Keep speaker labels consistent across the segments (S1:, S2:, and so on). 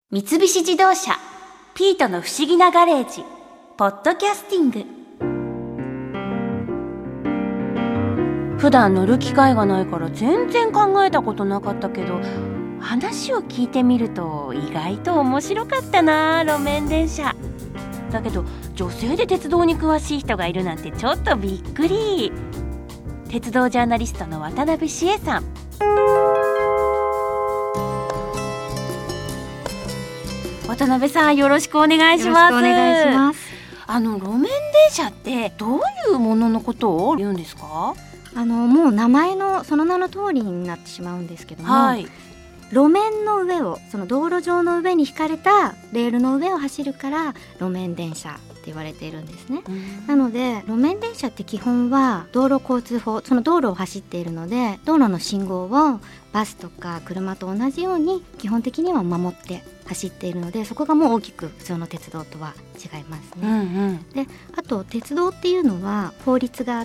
S1: 三菱自動車ピートの不思議なガレージポッドキャスティング。普段乗る機会がないから全然考えたことなかったけど、話を聞いてみると意外と面白かったな。路面電車だけど女性で鉄道に詳しい人がいるなんてちょっとびっくり。鉄道ジャーナリストの渡辺志恵さん。渡辺さん、よろしくお願いします。
S2: よろしくお願いします。
S1: 路面電車ってどういうもののことを言うんですか？
S2: もう名前のその名の通りになってしまうんですけども、
S1: はい、
S2: 路面の上を、その道路上の上に引かれたレールの上を走るから路面電車って言われているんですね。なので路面電車って基本は道路交通法、その道路を走っているので道路の信号をバスとか車と同じように基本的には守って走っているので、そこがもう大きく普通の鉄道とは違いますね。で、あと鉄道っていうのは法律があって、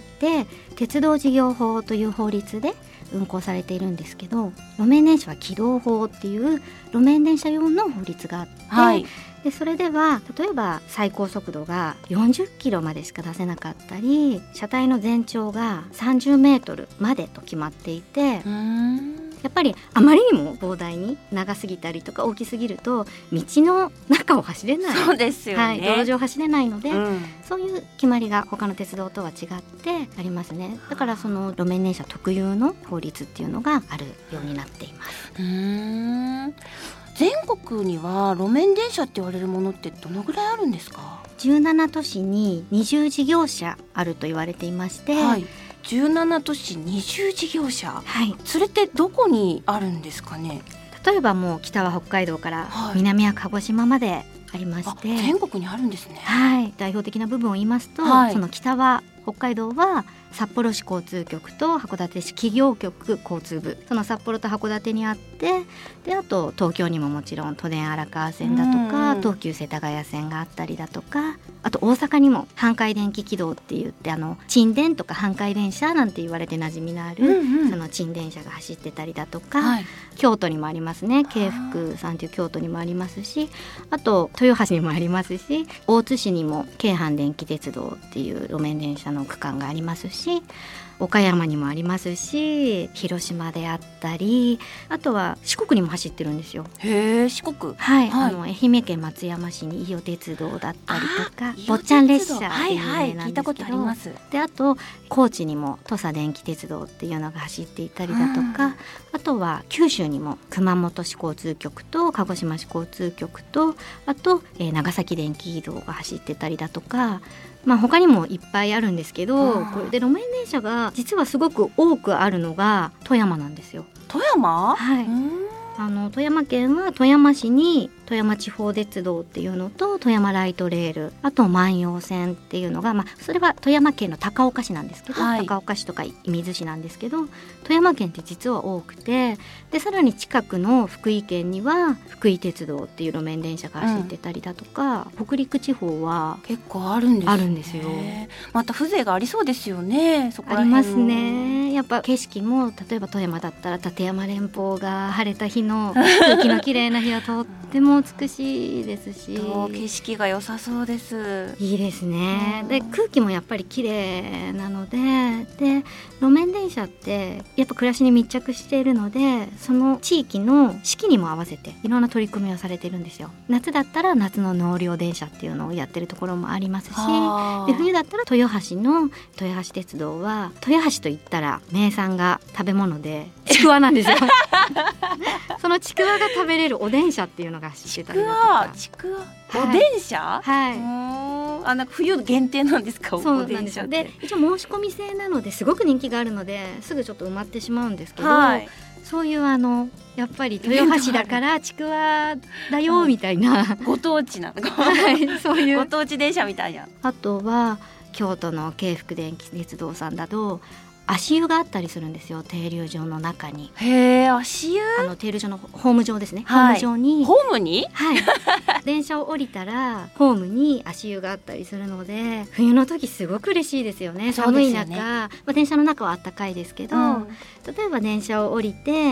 S2: 鉄道事業法という法律で運行されているんですけど、路面電車は軌道法っていう路面電車用の法律があって、はい、でそれでは例えば最高速度が40キロまでしか出せなかったり、車体の全長が30メートルまでと決まっていて、やっぱりあまりにも膨大に長すぎたりとか大きすぎると道の中を走れない。
S1: そうですよね、
S2: はい、道路上走れないので、そういう決まりが他の鉄道とは違ってありますね。だからその路面電車特有の法律っていうのがあるようになっています。
S1: 全国には路面電車って言われるものってどのぐらいあるんですか
S2: ？17都市に20事業者あると言われていまして、
S1: はい、17都市20事業者、
S2: はい、
S1: それってどこにあるんですかね？
S2: 例えばもう北は北海道から南は鹿児島までありまして、
S1: 全国にあるんですね。
S2: はい、代表的な部分を言いますと、その北は北海道は札幌市交通局と函館市企業局交通部、その札幌と函館にあって、であと東京にももちろん都電荒川線だとか東急世田谷線があったりだとか、あと大阪にも阪海電気軌道って言って沈電とか阪海電車なんて言われて馴染みのある、その沈電車が走ってたりだとか、京都にもありますね。京福さんという京都にもありますし、あと豊橋にもありますし、大津市にも京阪電気鉄道っていう路面電車の区間がありますし、岡山にもありますし、広島であったり、あとは四国にも走ってるんですよ。
S1: へー、四国、
S2: はい、愛媛県松山市に伊予鉄道だったりとか、坊ちゃん列車っていう有名なんですけど、
S1: 聞いたことあります。
S2: であと高知にも土佐電気鉄道っていうのが走っていたりだとか、あとは九州にも熊本市交通局と鹿児島市交通局と、あと、長崎電気軌道が走ってたりだとか、他にもいっぱいあるんですけど、これで路面電車が実はすごく多くあるのが富山なんですよ。
S1: 富山？
S2: はい。富山県は富山市に富山地方鉄道っていうのと富山ライトレール、あと万葉線っていうのが、それは富山県の高岡市なんですけど、高岡市とか射水市なんですけど、富山県って実は多くて、でさらに近くの福井県には福井鉄道っていう路面電車が走ってたりだとか、北陸地方は
S1: 結構あるんですね。
S2: あるんですよ。
S1: また風情がありそうですよね。そこら辺
S2: ありますね。やっぱ景色も例えば富山だったら立山連峰が晴れた日の空気の綺麗な日はとっても美しいですし
S1: 景色が良さそうです。
S2: いいですね。で空気もやっぱり綺麗なので、路面電車ってやっぱ暮らしに密着しているので、その地域の四季にも合わせていろんな取り組みをされているんですよ。夏だったら夏の納涼電車っていうのをやってるところもありますし、で冬だったら豊橋の豊橋鉄道は、豊橋といったら名産が食べ物でちくわなんですよそのちくわが食べれるお電車っていうのが走ってたりだとか。
S1: ちくわお電車？
S2: はい。
S1: なんか冬限定なんですか？
S2: そうなんですよ。で一応申し込み制なのですごく人気があるのですぐちょっと埋まってしまうんですけど、そういうやっぱり豊橋だからちくわだよみたいな、
S1: ご当地なの
S2: はい、そういう
S1: ご当地電車みたいな。
S2: あとは京都の京福電気鉄道さんだと足湯があったりするんですよ。停留場の中に。
S1: へー、足湯？
S2: 停留所のホーム上ですね、ホーム上に。
S1: ホームに？
S2: はい電車を降りたらホームに足湯があったりするので、冬の時すごく嬉しいですよね。寒い中、電車の中はあったかいですけど、例えば電車を降りて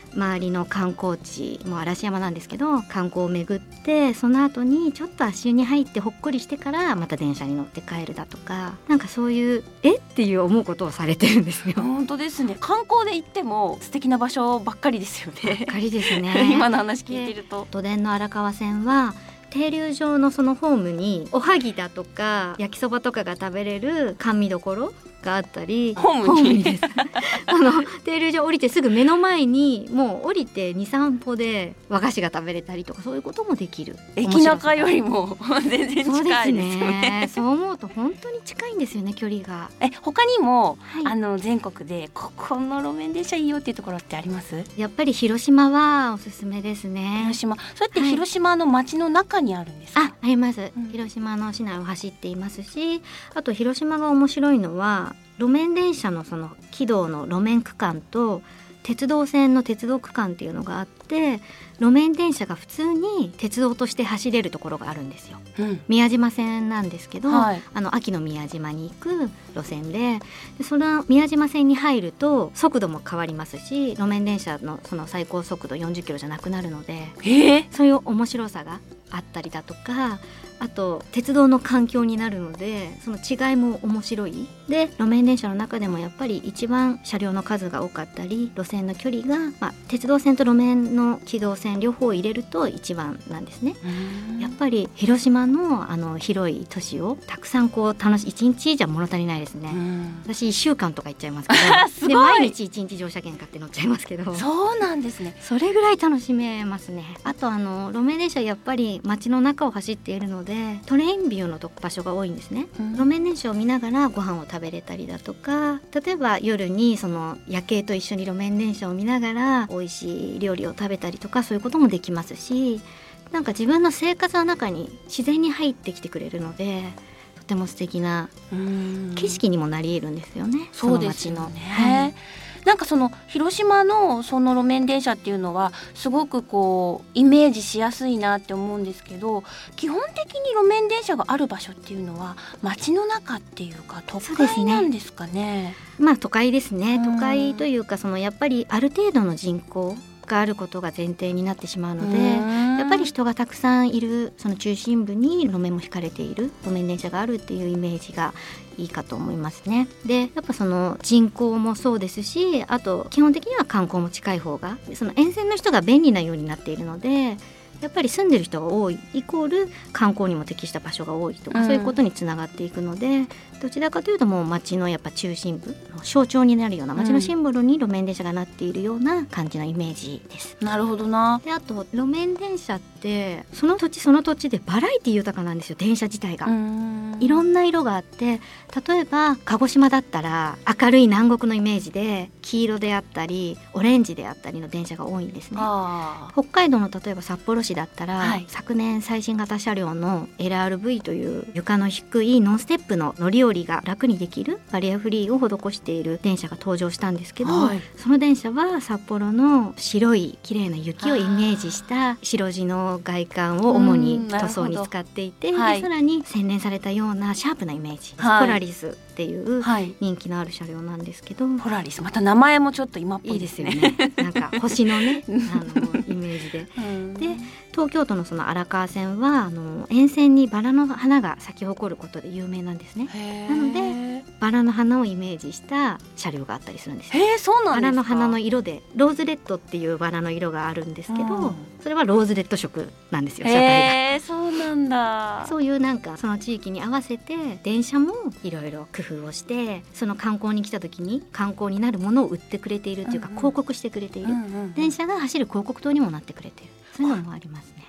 S2: 周りの観光地も嵐山なんですけど観光を巡ってその後にちょっと足湯に入ってほっこりしてからまた電車に乗って帰るだとかなんかそういうっていう思うことをされてるんですよ。
S1: 本当ですね。観光で行っても素敵な場所ばっかりですよね。
S2: ばっかりですね
S1: 今の話聞いてると
S2: 都電の荒川線は停留場のそのホームにおはぎだとか焼きそばとかが食べれる甘味どころがあったり
S1: ホームに
S2: です停留場降りてすぐ目の前にもう降りて 2,3 歩で和菓子が食べれたりとかそういうこともできる。
S1: 駅中よりも全然近いですよね。
S2: そうですね。そう思うと本当に近いんですよね距離が。
S1: 他にも、
S2: はい、
S1: 全国でここの路面電車いいよっていうところってあります？
S2: やっぱり広島はおすすめですね。
S1: 広島、それって広島の街の中にあるんですか？
S2: あります、広島の市内を走っていますしあと広島が面白いのは路面電車のその軌道の路面区間と鉄道線の鉄道区間っていうのがあって路面電車が普通に鉄道として走れるところがあるんですよ、宮島線なんですけど、秋の宮島に行く路線でその宮島線に入ると速度も変わりますし路面電車のその最高速度40キロじゃなくなるので、そういう面白さがあったりだとかあと鉄道の環境になるのでその違いも面白いで路面電車の中でもやっぱり一番車両の数が多かったり路線の距離が、鉄道線と路面の軌道線両方入れると一番なんですね。やっぱり広島の広い都市をたくさんこう楽しい1日じゃ物足りないですね。私1週間とか行っちゃいますけど
S1: すごい
S2: で毎日1日乗車券買って乗っちゃいますけど
S1: そうなんですね。
S2: それぐらい楽しめますね。あと路面電車やっぱり街の中を走っているのでトレインビューの場所が多いんですね、路面電車を見ながらご飯を食べれたりだとか例えば夜にその夜景と一緒に路面電車を見ながら美味しい料理を食べたりとかそういうこともできますしなんか自分の生活の中に自然に入ってきてくれるのでとても素敵な景色にもなり得るんですよね。
S1: そうですよね、なんかその広島のその路面電車っていうのはすごくこうイメージしやすいなって思うんですけど基本的に路面電車がある場所っていうのは街の中っていうか都会なんですかね。
S2: 都会ですね。都会というかそのやっぱりある程度の人口があることが前提になってしまうのでやっぱり人がたくさんいるその中心部に路面も引かれている路面電車があるっていうイメージがいいかと思いますね。でやっぱその人口もそうですしあと基本的には観光も近い方がその沿線の人が便利なようになっているのでやっぱり住んでる人が多いイコール観光にも適した場所が多いとか、そういうことにつながっていくのでどちらかというともう街のやっぱ中心部の象徴になるような街のシンボルに路面電車がなっているような感じのイメージです。
S1: なるほどな。
S2: であと路面電車ってその土地その土地でバラエティ豊かなんですよ。電車自体がいろんな色があって例えば鹿児島だったら明るい南国のイメージで黄色であったりオレンジであったりの電車が多いんですね。北海道の例えば札幌市だったら、昨年最新型車両の LRV という床の低いノンステップの乗り降りが楽にできるバリアフリーを施している電車が登場したんですけど、その電車は札幌の白い綺麗な雪をイメージした白地の外観を主に塗装に使っていて、でさらに洗練されたようなシャープなイメージ、ポラリスっていう人気のある車両なんですけど、
S1: ポラリスまた名前もちょっと今っぽいですね。
S2: いいですよね。なんか星のねイメージで、で東京都のその荒川線は沿線にバラの花が咲き誇ることで有名なんですね。なのでバラの花をイメージした車両があったりするんですよ。
S1: そうなんですか。
S2: バラの花の色でローズレッドっていうバラの色があるんですけど、それはローズレッド色なんですよ、車体が。
S1: そうなんだ。
S2: そういうなんかその地域に合わせて電車もいろいろ工夫をしてその観光に来た時に観光になるものを売ってくれているっていうか、広告してくれている、電車が走る広告塔にもなってくれている、そういうのもありますね。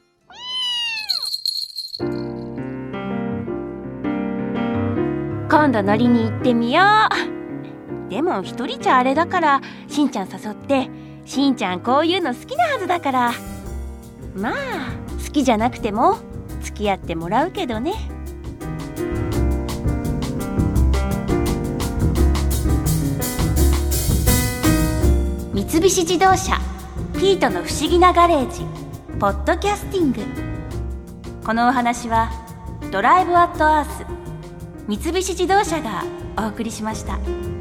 S1: 今度乗りに行ってみよう。でも一人じゃあれだからしんちゃん誘って、しんちゃんこういうの好きなはずだから、まあ好きじゃなくても付き合ってもらうけどね。三菱自動車ピートの不思議なガレージポッドキャスティング。このお話はドライブアットアース三菱自動車がお送りしました。